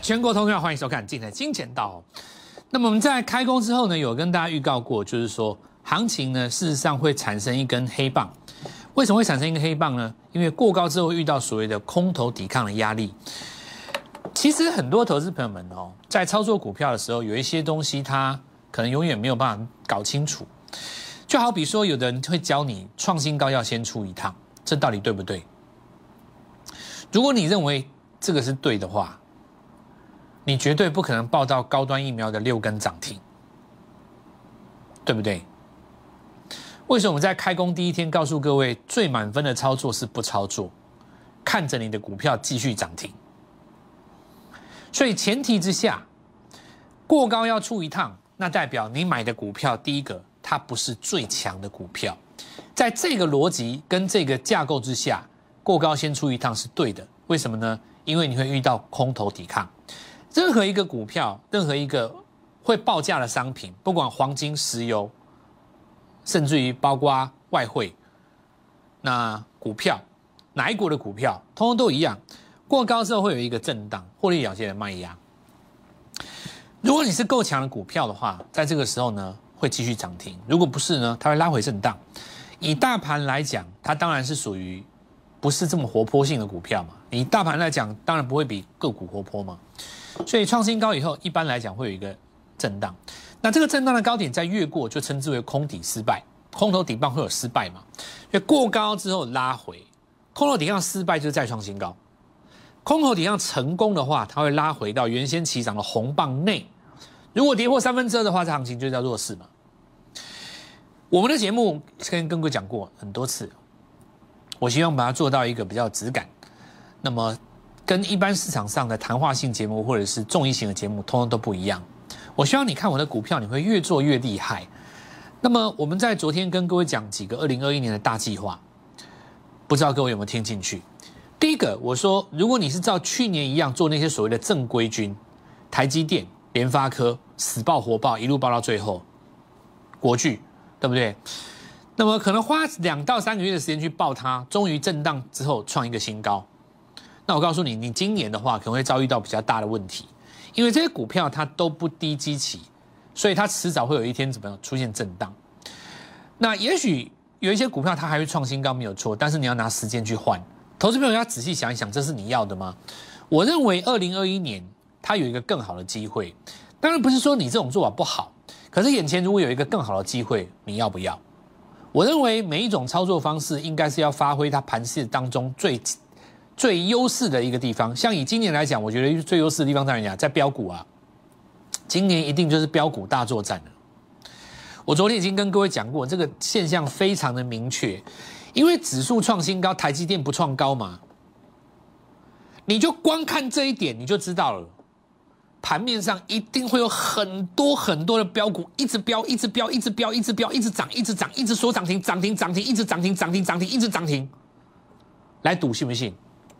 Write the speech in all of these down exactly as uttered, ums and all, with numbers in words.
全国投票欢迎收看《今天的金钱道》。那么我们在开工之后呢，有跟大家预告过，就是说行情呢，事实上会产生一根黑棒。为什么会产生一个黑棒呢？因为过高之后遇到所谓的空头抵抗的压力。其实很多投资朋友们哦，在操作股票的时候，有一些东西他可能永远没有办法搞清楚。就好比说，有的人会教你创新高要先出一趟，这到底对不对？如果你认为这个是对的话，你绝对不可能报到高端疫苗的六根涨停，对不对？为什么我们在开工第一天告诉各位，最满分的操作是不操作，看着你的股票继续涨停？所以前提之下，过高要出一趟，那代表你买的股票，第一个它不是最强的股票，在这个逻辑跟这个架构之下，过高先出一趟是对的。为什么呢？因为你会遇到空头抵抗。任何一个股票，任何一个会报价的商品，不管黄金、石油，甚至于包括外汇，那股票哪一国的股票，通通都一样。过高之后会有一个震荡，获利了结的卖压。如果你是够强的股票的话，在这个时候呢，会继续涨停；如果不是呢，它会拉回震荡。以大盘来讲，它当然是属于不是这么活泼性的股票嘛。以大盘来讲，当然不会比个股活泼嘛。所以创新高以后，一般来讲会有一个震荡。那这个震荡的高点再越过，就称之为空底失败。空头抵抗会有失败嘛？因为过高之后拉回，空头抵抗失败就是再创新高。空头抵抗成功的话，它会拉回到原先起涨的红棒内。如果跌破三分之二的话，这行情就叫弱势嘛。我们的节目跟跟各位讲过很多次，我希望把它做到一个比较质感。那么跟一般市场上的谈话性节目或者是综艺型的节目通通都不一样。我希望你看我的股票，你会越做越厉害。那么我们在昨天跟各位讲几个二零二一年的大计划，不知道各位有没有听进去？第一个，我说如果你是照去年一样做那些所谓的正规军，台积电、联发科死抱活抱，一路抱到最后，国巨，对不对？那么可能花两到三个月的时间去抱它，终于震荡之后创一个新高。那我告诉你，你今年的话可能会遭遇到比较大的问题，因为这些股票它都不低基期，所以它迟早会有一天怎么样出现震荡。那也许有一些股票它还会创新高没有错，但是你要拿时间去换。投资朋友要仔细想一想，这是你要的吗？我认为二零二一年它有一个更好的机会，当然不是说你这种做法不好，可是眼前如果有一个更好的机会，你要不要？我认为每一种操作方式应该是要发挥它盘势当中最最优势的一个地方。像以今年来讲，我觉得最优势的地方在哪？在标股啊，今年一定就是标股大作战了。我昨天已经跟各位讲过，这个现象非常的明确，因为指数创新高，台积电不创高嘛，你就光看这一点你就知道了，盘面上一定会有很多很多的标股一直飙，一直飙，一直飙，一直飙，一直涨，一直涨，一直说涨停，涨停，涨停，一直涨停，涨停，涨停，一直涨停，来赌信不信？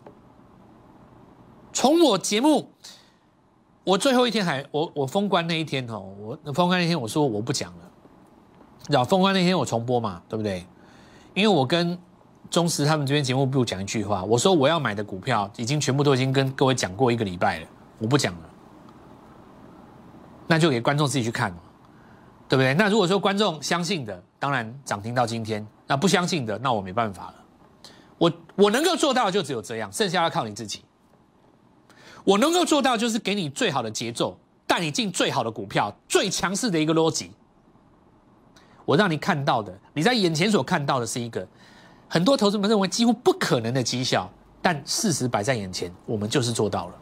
从我节目，我最后一天还我我封关那一天哦，我封关那天我说我不讲了，然后封关那天我重播嘛，对不对？因为我跟中时他们这边节目部讲一句话，我说我要买的股票已经全部都已经跟各位讲过一个礼拜了，我不讲了，那就给观众自己去看嘛，对不对？那如果说观众相信的，当然涨停到今天；那不相信的，那我没办法了。我我能够做到的就只有这样，剩下要靠你自己。我能够做到就是给你最好的节奏，带你进最好的股票，最强势的一个逻辑。我让你看到的，你在眼前所看到的是一个很多投资人认为几乎不可能的绩效，但事实摆在眼前，我们就是做到了。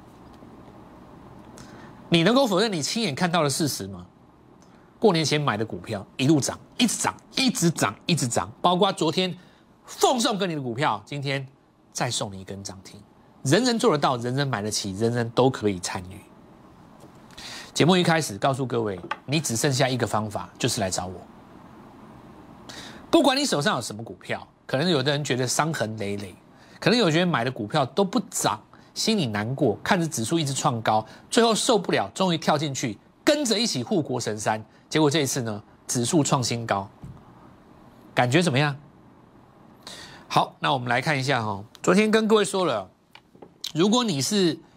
你能够否认你亲眼看到的事实吗？过年前买的股票一路涨，一直涨，一直涨，一直涨，包括昨天奉送给你的股票，今天再送你一根涨停。人人做得到，人人买得起，人人都可以参与。节目一开始告诉各位，你只剩下一个方法，就是来找我。不管你手上有什么股票，可能有的人觉得伤痕累累，可能有些人买的股票都不涨，心里难过，看着指数一直创高，最后受不了，终于跳进去，跟着一起护国神山。结果这一次呢，指数创新高，感觉怎么样？好，那我们来看一下哈、哦，昨天跟各位说了。如果你是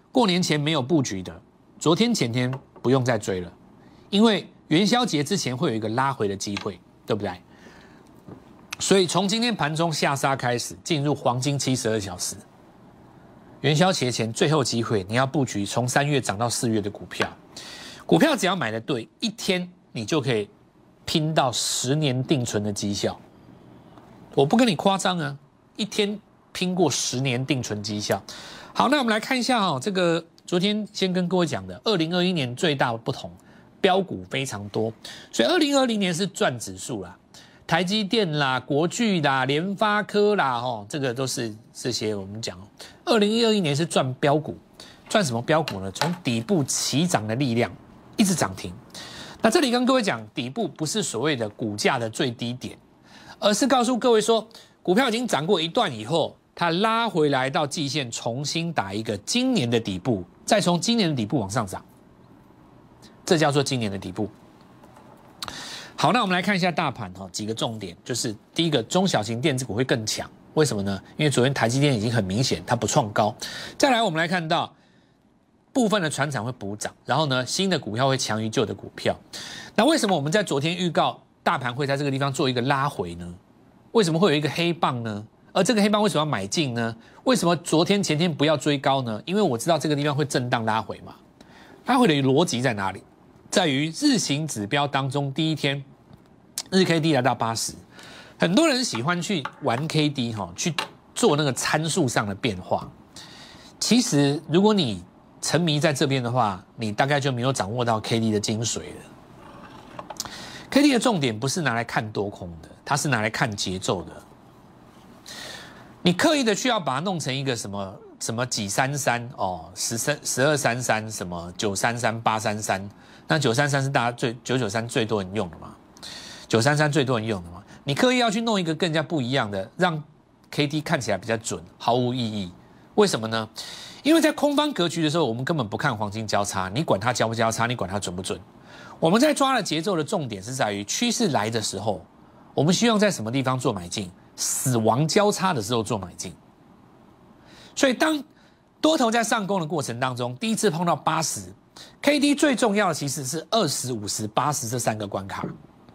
过年前没有布局的，昨天前天不用再追了，因为元宵节之前会有一个拉回的机会，对不对？所以从今天盘中下杀开始，进入黄金七十二小时，元宵节前最后机会，你要布局从三月涨到四月的股票，股票只要买的对，一天你就可以拼到十年定存的绩效。我不跟你夸张啊，一天拼过十年定存绩效。好，那我们来看一下哦，这个昨天先跟各位讲的，二零二一年最大的不同，标股非常多，所以二零二零年是赚指数啦，台积电啦、国巨啦、联发科啦，哦，这个都是这些我们讲。二零二一年是赚标股，赚什么标股呢？从底部起涨的力量一直涨停。那这里跟各位讲，底部不是所谓的股价的最低点，而是告诉各位说，股票已经涨过一段以后，它拉回来到季线，重新打一个今年的底部，再从今年的底部往上涨，这叫做今年的底部。好，那我们来看一下大盘哈，几个重点，就是第一个，中小型电子股会更强，为什么呢？因为昨天台积电已经很明显它不创高。再来，我们来看到部分的传产会补涨，然后呢，新的股票会强于旧的股票。那为什么我们在昨天预告大盘会在这个地方做一个拉回呢？为什么会有一个黑棒呢？而这个黑棒为什么要买进呢？为什么昨天前天不要追高呢？因为我知道这个地方会震荡拉回嘛。拉回的逻辑在哪里？在于日行指标当中，第一天日 K D 来到八十，很多人喜欢去玩 K D 哈，去做那个参数上的变化。其实如果你沉迷在这边的话，你大概就没有掌握到 K D 的精髓了。K D 的重点不是拿来看多空的，它是拿来看节奏的。你刻意的去要把它弄成一个什么什么几三三哦，十三十二三三什么九三三八三三，那九三三是大家最九九三最多人用的嘛，九三三最多人用的嘛。你刻意要去弄一个更加不一样的，让 K D 看起来比较准，毫无意义。为什么呢？因为在空方格局的时候，我们根本不看黄金交叉，你管它交不交叉，你管它准不准。我们在抓的节奏的重点是在于趋势来的时候，我们希望在什么地方做买进？死亡交叉的时候做买进。所以当多头在上攻的过程当中，第一次碰到八十 K D 最重要的其实是二十、五十、八十这三个关卡。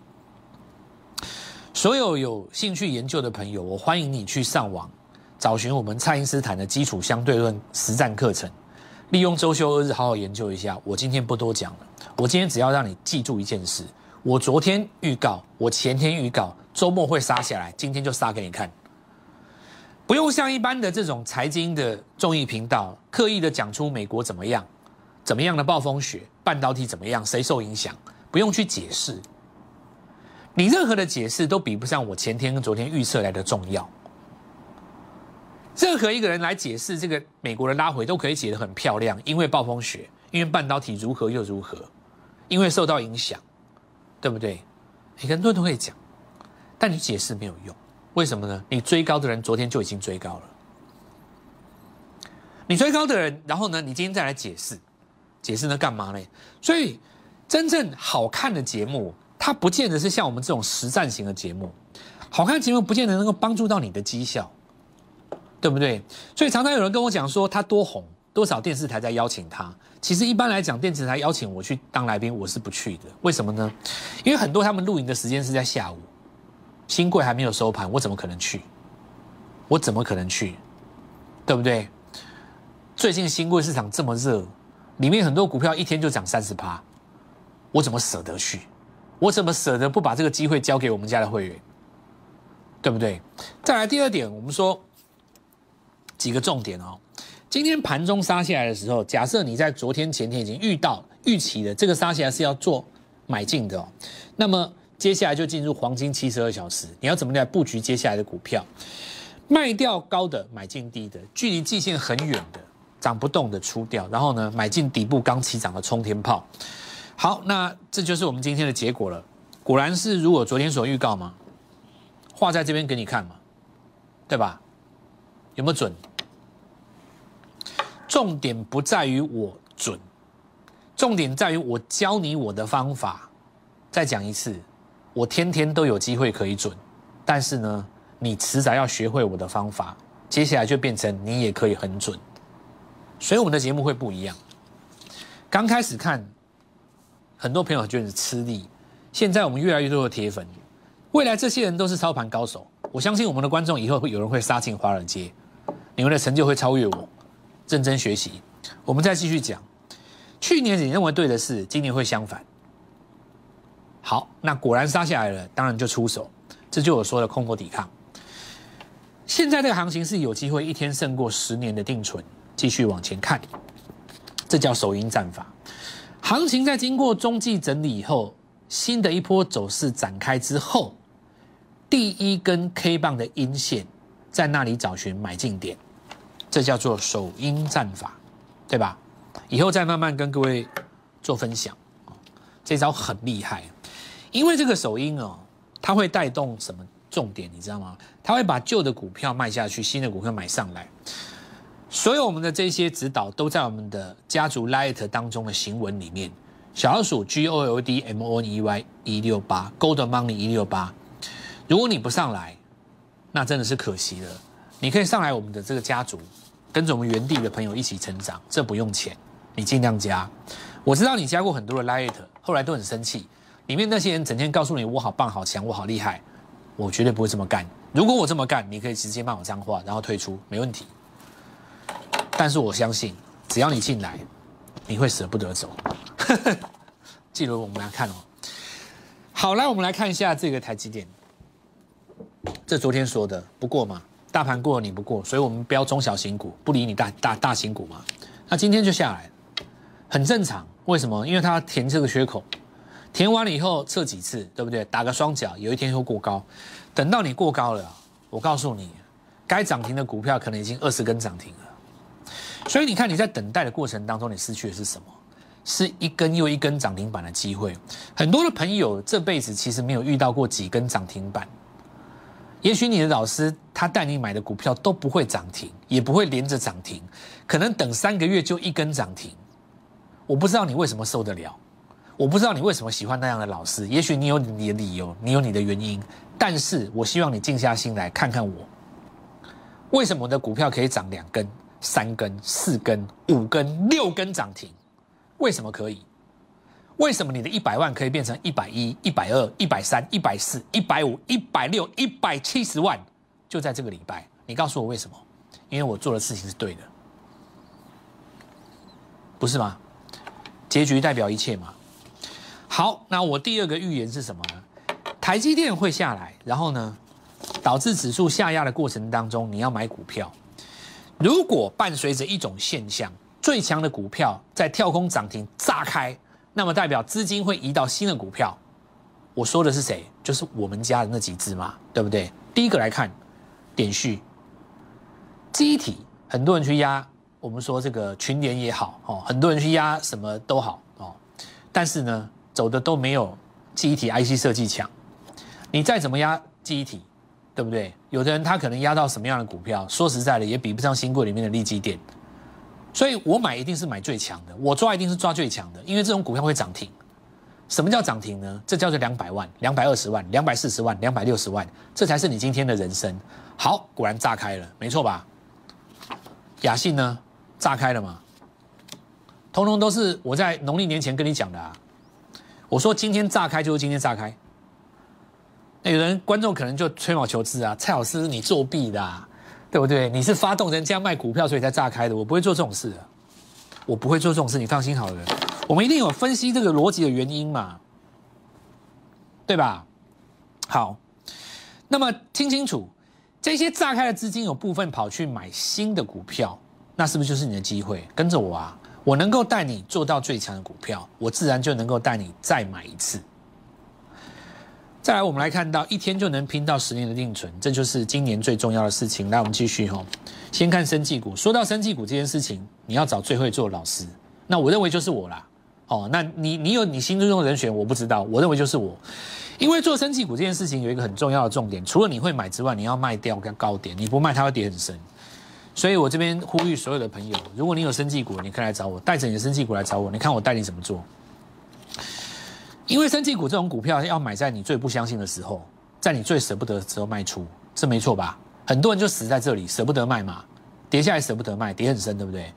所有有兴趣研究的朋友，我欢迎你去上网找寻我们蔡因斯坦的基础相对论实战课程，利用周休二日好好研究一下。我今天不多讲了，我今天只要让你记住一件事：我昨天预告，我前天预告，周末会杀下来，今天就杀给你看。不用像一般的这种财经的综艺频道，刻意的讲出美国怎么样，怎么样的暴风雪，半导体怎么样，谁受影响，不用去解释。你任何的解释都比不上我前天跟昨天预测来的重要。任何一个人来解释这个美国的拉回，都可以解得很漂亮，因为暴风雪，因为半导体如何又如何，因为受到影响，对不对？每个人都可以讲，但你解释没有用。为什么呢？你追高的人昨天就已经追高了，你追高的人，然后呢，你今天再来解释，解释呢干嘛呢？所以真正好看的节目，它不见得是像我们这种实战型的节目，好看的节目不见得能够帮助到你的绩效，对不对？所以常常有人跟我讲说他多红，多少电视台在邀请他。其实一般来讲，电视台邀请我去当来宾，我是不去的。为什么呢？因为很多他们录影的时间是在下午，新贵还没有收盘，我怎么可能去？我怎么可能去？对不对？最近新贵市场这么热，里面很多股票一天就涨三十趴，我怎么舍得去？我怎么舍得不把这个机会交给我们家的会员？对不对？再来第二点，我们说几个重点哦。今天盘中杀下来的时候，假设你在昨天前天已经遇到预期的这个杀下来是要做买进的哦，那么接下来就进入黄金七十二小时，你要怎么来布局接下来的股票？卖掉高的，买进低的，距离季线很远的，涨不动的出掉，然后呢，买进底部刚起涨的冲天炮。好，那这就是我们今天的结果了。果然是如我昨天所预告嘛，画在这边给你看嘛，对吧？有没有准？重点不在于我准，重点在于我教你我的方法。再讲一次，我天天都有机会可以准，但是呢，你迟早要学会我的方法，接下来就变成你也可以很准。 所以我们的节目会不一样。刚开始看，很多朋友觉得吃力，现在我们越来越多的铁粉，未来这些人都是操盘高手。我相信我们的观众以后会有人会杀进华尔街，你们的成就会超越我。认真学习，我们再继续讲。去年你认为对的事，今年会相反。好，那果然杀下来了，当然就出手，这就我说的空头抵抗。现在这个行情是有机会一天胜过十年的定存，继续往前看，这叫首阴战法。行情在经过中继整理以后，新的一波走势展开之后，第一根 K 棒的阴线，在那里找寻买进点，这叫做首阴战法，对吧？以后再慢慢跟各位做分享，这招很厉害，因为这个首阴哦，它会带动什么重点，你知道吗？它会把旧的股票卖下去，新的股票买上来。所有我们的这些指导都在我们的家族 Light 当中的行文里面，小老鼠 G O L D M O N E Y 一六八 Gold Money 一六八。如果你不上来，那真的是可惜了。你可以上来我们的这个家族，跟着我们原地的朋友一起成长，这不用钱，你尽量加。我知道你加过很多的 Light， 后来都很生气，里面那些人整天告诉你我好棒、好强、我好厉害，我绝对不会这么干。如果我这么干，你可以直接骂我脏话，然后退出，没问题。但是我相信，只要你进来，你会舍不得走。记得我们来看哦。好，来我们来看一下这个台积电。这昨天说的不过嘛，大盘过了你不过，所以我们标中小型股，不理你大大大型股嘛。那今天就下来，很正常。为什么？因为它填这个缺口，填完了以后测几次，对不对？打个双脚，有一天会过高。等到你过高了，我告诉你，该涨停的股票可能已经二十根涨停了。所以你看你在等待的过程当中，你失去的是什么？是一根又一根涨停板的机会。很多的朋友这辈子其实没有遇到过几根涨停板。也许你的老师他带你买的股票都不会涨停，也不会连着涨停，可能等三个月就一根涨停。我不知道你为什么受得了，我不知道你为什么喜欢那样的老师。也许你有你的理由，你有你的原因，但是我希望你静下心来看看我，为什么我的股票可以涨两根、三根、四根、五根、六根涨停？为什么可以？为什么你的一百万可以变成一百一、一百二、一百三、一百四、一百五、一百六、一百七十万？就在这个礼拜，你告诉我为什么？因为我做的事情是对的，不是吗？结局代表一切嘛。好，那我第二个预言是什么呢？台积电会下来，然后呢，导致指数下压的过程当中，你要买股票。如果伴随着一种现象，最强的股票在跳空涨停炸开，那么代表资金会移到新的股票。我说的是谁？就是我们家的那几只嘛，对不对？第一个来看，点序，记忆体，很多人去压，我们说这个群联也好，哦，很多人去压什么都好，哦，但是呢，走的都没有记忆体 I C 设计强。你再怎么压记忆体，对不对？有的人他可能压到什么样的股票，说实在的，也比不上新贵里面的力积电。所以我买一定是买最强的，我抓一定是抓最强的，因为这种股票会涨停。什么叫涨停呢？这叫做两百万、两百二十万、两百四十万、两百六十万，这才是你今天的人生。好，果然炸开了，没错吧？雅信呢，炸开了嘛？通通都是我在农历年前跟你讲的啊。我说今天炸开就是今天炸开。那有人观众可能就吹毛求疵啊，蔡老师你作弊的啊。对不对？你是发动人家卖股票，所以才炸开的。我不会做这种事的，我不会做这种事，你放心好了。我们一定有分析这个逻辑的原因嘛，对吧？好，那么听清楚，这些炸开的资金有部分跑去买新的股票，那是不是就是你的机会？跟着我啊，我能够带你做到最强的股票，我自然就能够带你再买一次。再来，我们来看到一天就能拼到十年的定存，这就是今年最重要的事情。来，我们继续哈，先看生技股。说到生技股这件事情，你要找最会做的老师，那我认为就是我啦。哦，那你你有你心中的人选，我不知道，我认为就是我。因为做生技股这件事情有一个很重要的重点，除了你会买之外，你要卖掉高点，你不卖它会跌很深。所以我这边呼吁所有的朋友，如果你有生技股，你可以来找我，带着你的生技股来找我，你看我带你怎么做。因为生技股这种股票要买在你最不相信的时候，在你最舍不得的时候卖出，这没错吧？很多人就死在这里，舍不得卖嘛，跌下来舍不得卖，跌很深，对不对？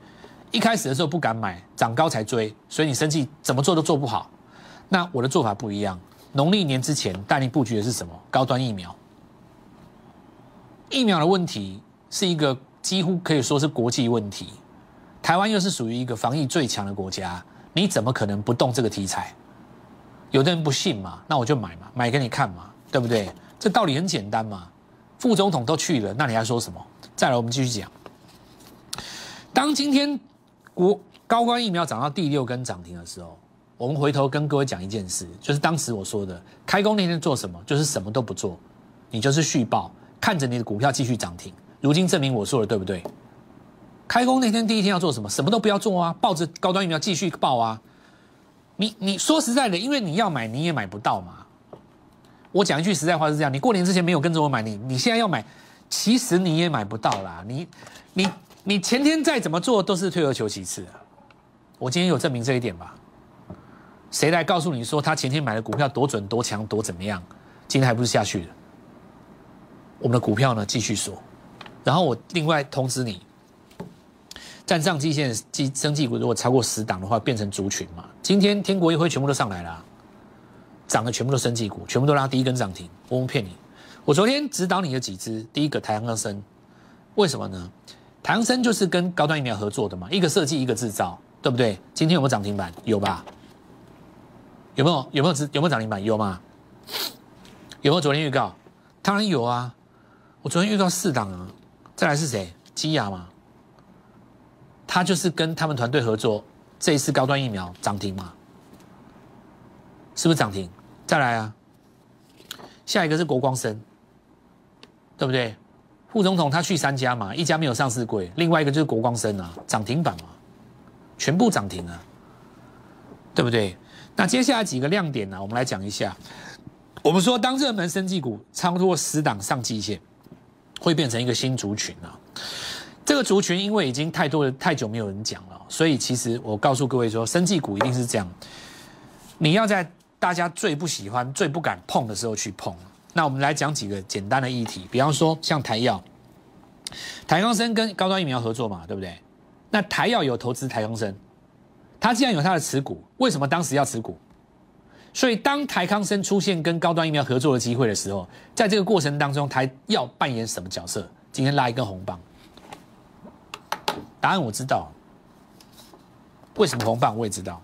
一开始的时候不敢买，涨高才追，所以你生气怎么做都做不好。那我的做法不一样，农历年之前带你布局的是什么？高端疫苗。疫苗的问题是一个几乎可以说是国际问题，台湾又是属于一个防疫最强的国家，你怎么可能不动这个题材？有的人不信嘛，那我就买嘛，买给你看嘛，对不对？这道理很简单嘛。副总统都去了，那你还说什么？再来，我们继续讲。当今天国高端疫苗涨到第六根涨停的时候，我们回头跟各位讲一件事，就是当时我说的，开工那天做什么，就是什么都不做，你就是续报，看着你的股票继续涨停。如今证明我说的对不对？开工那天第一天要做什么？什么都不要做啊，抱着高端疫苗继续报啊。你你说实在的，因为你要买你也买不到嘛。我讲一句实在话是这样，你过年之前没有跟着我买，你你现在要买，其实你也买不到啦。你你你前天再怎么做都是退而求其次啊。我今天有证明这一点吧？谁来告诉你说他前天买的股票多准多强多怎么样？今天还不是下去了？我们的股票呢继续锁，然后我另外通知你，站上季线基生技股如果超过十档的话，变成族群嘛。今天天国一辉全部都上来了、啊，涨的全部都生技股，全部都拉第一根涨停，我不骗你。我昨天指导你的几只，第一个台航生，为什么呢？台航生就是跟高端疫苗合作的嘛，一个设计一个制造，对不对？今天有没有涨停板？有吧？有没有有没有有没有涨停板？有吗？有没有昨天预告？当然有啊，我昨天预告四档啊。再来是谁？基亚嘛，他就是跟他们团队合作，这一次高端疫苗涨停嘛，是不是涨停？再来啊，下一个是国光生，对不对？副总统他去三家嘛，一家没有上市柜，另外一个就是国光生啊，涨停板嘛，全部涨停啊，对不对？那接下来几个亮点呢、啊，我们来讲一下。我们说，当热门生技股超过十档上季线，会变成一个新族群啊。这个族群因为已经太多的太久没有人讲了，所以其实我告诉各位说，生技股一定是这样，你要在大家最不喜欢、最不敢碰的时候去碰。那我们来讲几个简单的议题，比方说像台药，台康生跟高端疫苗合作嘛，对不对？那台药有投资台康生，他既然有他的持股，为什么当时要持股？所以当台康生出现跟高端疫苗合作的机会的时候，在这个过程当中，台药扮演什么角色？今天拉一根红棒，答案我知道，为什么红棒我也知道，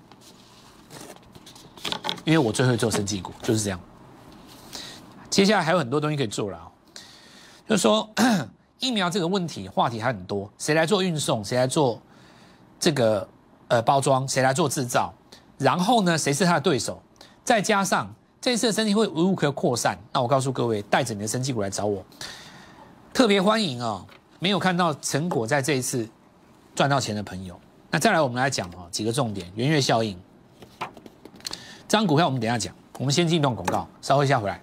因为我最会做生技股，就是这样。接下来还有很多东西可以做了、哦，就是说疫苗这个问题话题还很多，谁来做运送，谁来做这个呃包装，谁来做制造，然后呢，谁是他的对手？再加上这一次的生技会如何扩散，那我告诉各位，带着你的生技股来找我，特别欢迎哦！没有看到成果在这一次赚到钱的朋友，那再来我们来讲哦几个重点，元月效应。这张股票我们等一下讲，我们先进一段广告，稍后一下回来。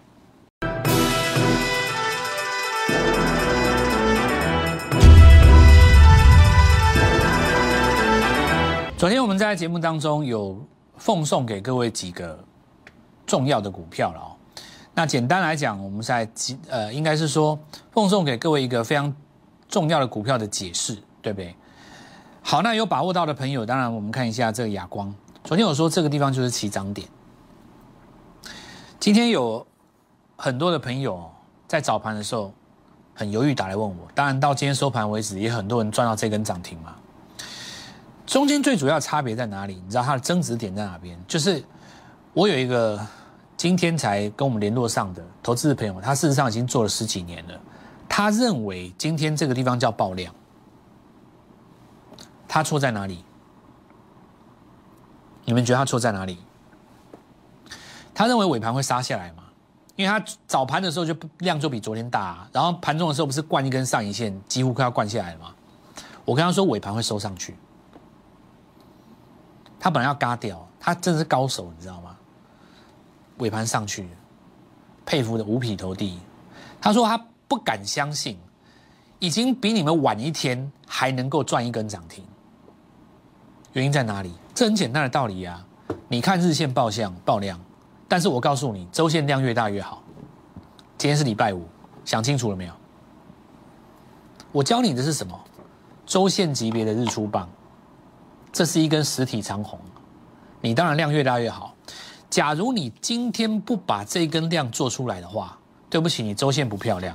昨天我们在节目当中有奉送给各位几个重要的股票了哦。那简单来讲，我们在呃应该是说奉送给各位一个非常重要的股票的解释，对不对？好，那有把握到的朋友，当然我们看一下这个亚光。昨天我说这个地方就是起涨点，今天有很多的朋友在早盘的时候很犹豫打来问我，当然到今天收盘为止，也很多人赚到这根涨停嘛。中间最主要的差别在哪里？你知道它的增值点在哪边？就是我有一个今天才跟我们联络上的投资的朋友，他事实上已经做了十几年了。他认为今天这个地方叫爆量，他错在哪里？你们觉得他错在哪里？他认为尾盘会杀下来嘛？因为他早盘的时候就量就比昨天大、啊，然后盘中的时候不是灌一根上影线，几乎快要灌下来了嘛？我跟他说尾盘会收上去。他本来要嘎掉，他真的是高手，你知道吗？尾盘上去，佩服的五体投地。他说他不敢相信，已经比你们晚一天还能够赚一根涨停。原因在哪里？这很简单的道理啊！你看日线爆量爆量，但是我告诉你，周线量越大越好。今天是礼拜五，想清楚了没有？我教你的是什么？周线级别的日出棒。 这是一根实体长红，你当然量越大越好。假如你今天不把这根量做出来的话，对不起，你周线不漂亮，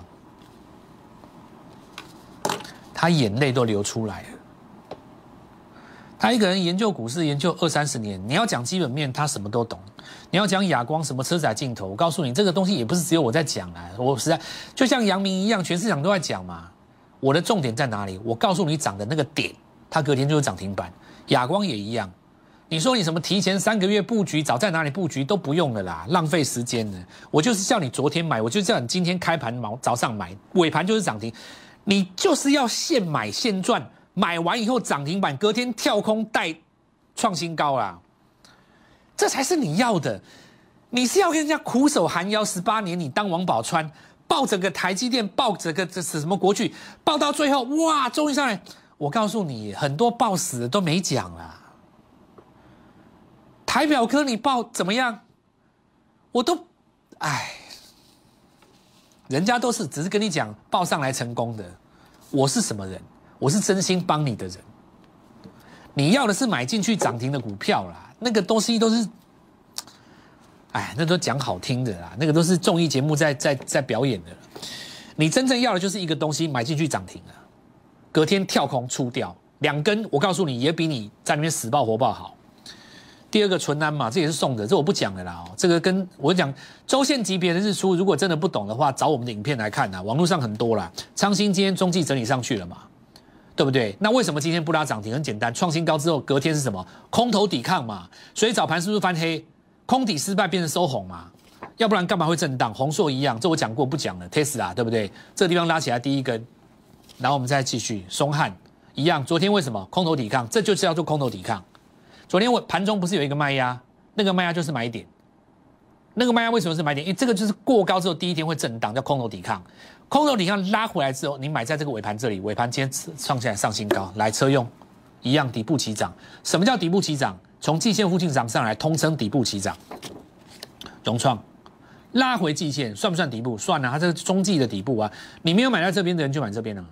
他眼泪都流出来了。他一个人研究股市研究二三十年，你要讲基本面，他什么都懂。你要讲亚光什么车载镜头，我告诉你，这个东西也不是只有我在讲啦。我实在就像阳明一样，全市场都在讲嘛。我的重点在哪里？我告诉你涨的那个点，它隔天就是涨停板。亚光也一样。你说你什么提前三个月布局，早在哪里布局都不用了啦，浪费时间了。我就是叫你昨天买，我就叫你今天开盘毛早上买，尾盘就是涨停。你就是要现买现赚。买完以后涨停板，隔天跳空带创新高啦，这才是你要的。你是要跟人家苦守寒窑十八年，你当王宝钏，抱着个台积电，抱着个这是什么国巨，抱到最后哇，终于上来。我告诉你，很多抱死的都没讲啦。台表科你抱怎么样？我都，哎，人家都是只是跟你讲抱上来成功的，我是什么人？我是真心帮你的人，你要的是买进去涨停的股票啦，那个东西都是，哎，那都讲好听的啦，那个都是综艺节目在在在表演的。你真正要的就是一个东西买进去涨停了，隔天跳空出掉两根，我告诉你也比你在那边死抱活抱好。第二个纯安嘛，这也是送的，这我不讲了啦。哦，这个跟我讲周线级别的日出，如果真的不懂的话，找我们的影片来看啊，网络上很多啦。昌兴今天中继整理上去了嘛？对不对？那为什么今天不拉涨停？很简单，创新高之后隔天是什么？空头抵抗嘛，所以早盘是不是翻黑？空底失败变成收红嘛？要不然干嘛会震荡？宏硕一样，这我讲过不讲了 ，Tesla 对不对？这个地方拉起来第一根，然后我们再继续，松汉一样，昨天为什么空头抵抗？这就是叫做空头抵抗。昨天我盘中不是有一个卖压，那个卖压就是买点。那个卖压为什么是买点？因为这个就是过高之后第一天会震荡，叫空头抵抗。空头抵抗拉回来之后，你买在这个尾盘这里，尾盘今天上下来上新高，来车用一样底部起涨。什么叫底部起涨？从季线附近涨上来，通称底部起涨。融创拉回季线算不算底部？算啊，它这个中季的底部啊。你没有买在这边的人就买这边了。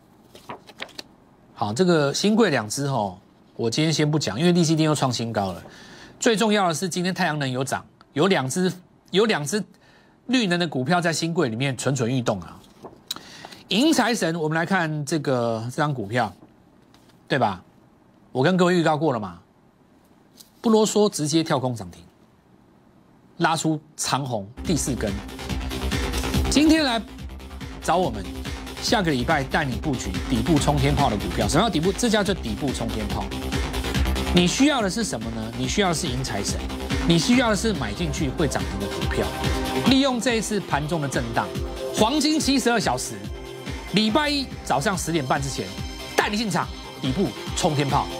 好，这个新贵两只哦，我今天先不讲，因为力积电又创新高了。最重要的是今天太阳能有涨，有两只有两只绿能的股票在新贵里面蠢蠢欲动啊。迎财神，我们来看这个这张股票，对吧？我跟各位预告过了嘛，不啰嗦，直接跳空涨停，拉出长红第四根。今天来找我们，下个礼拜带你布局底部冲天炮的股票。什么叫底部？这叫做底部冲天炮。你需要的是什么呢？你需要的是迎财神，你需要的是买进去会涨停的股票。利用这一次盘中的震荡，黄金七十二小时。礼拜一早上十点半之前，带你进场底部冲天炮。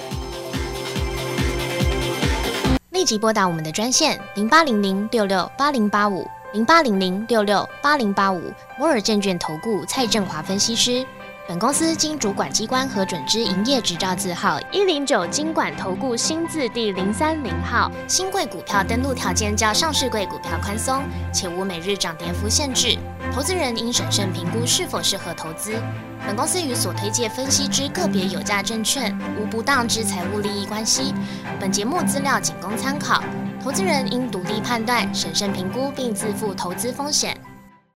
立即拨打我们的专线零八零零六六八零八五零八零零六六八零八五摩尔证券投顾蔡正华分析师。本公司经主管机关核准之营业执照字号一零九金管投顾新字第零三零号。新贵股票登录条件较上市贵股票宽松，且无每日涨跌幅限制。投资人应审慎评估是否适合投资。本公司与所推介分析之个别有价证券无不当之财务利益关系。本节目资料仅供参考，投资人应独立判断、审慎评估并自负投资风险。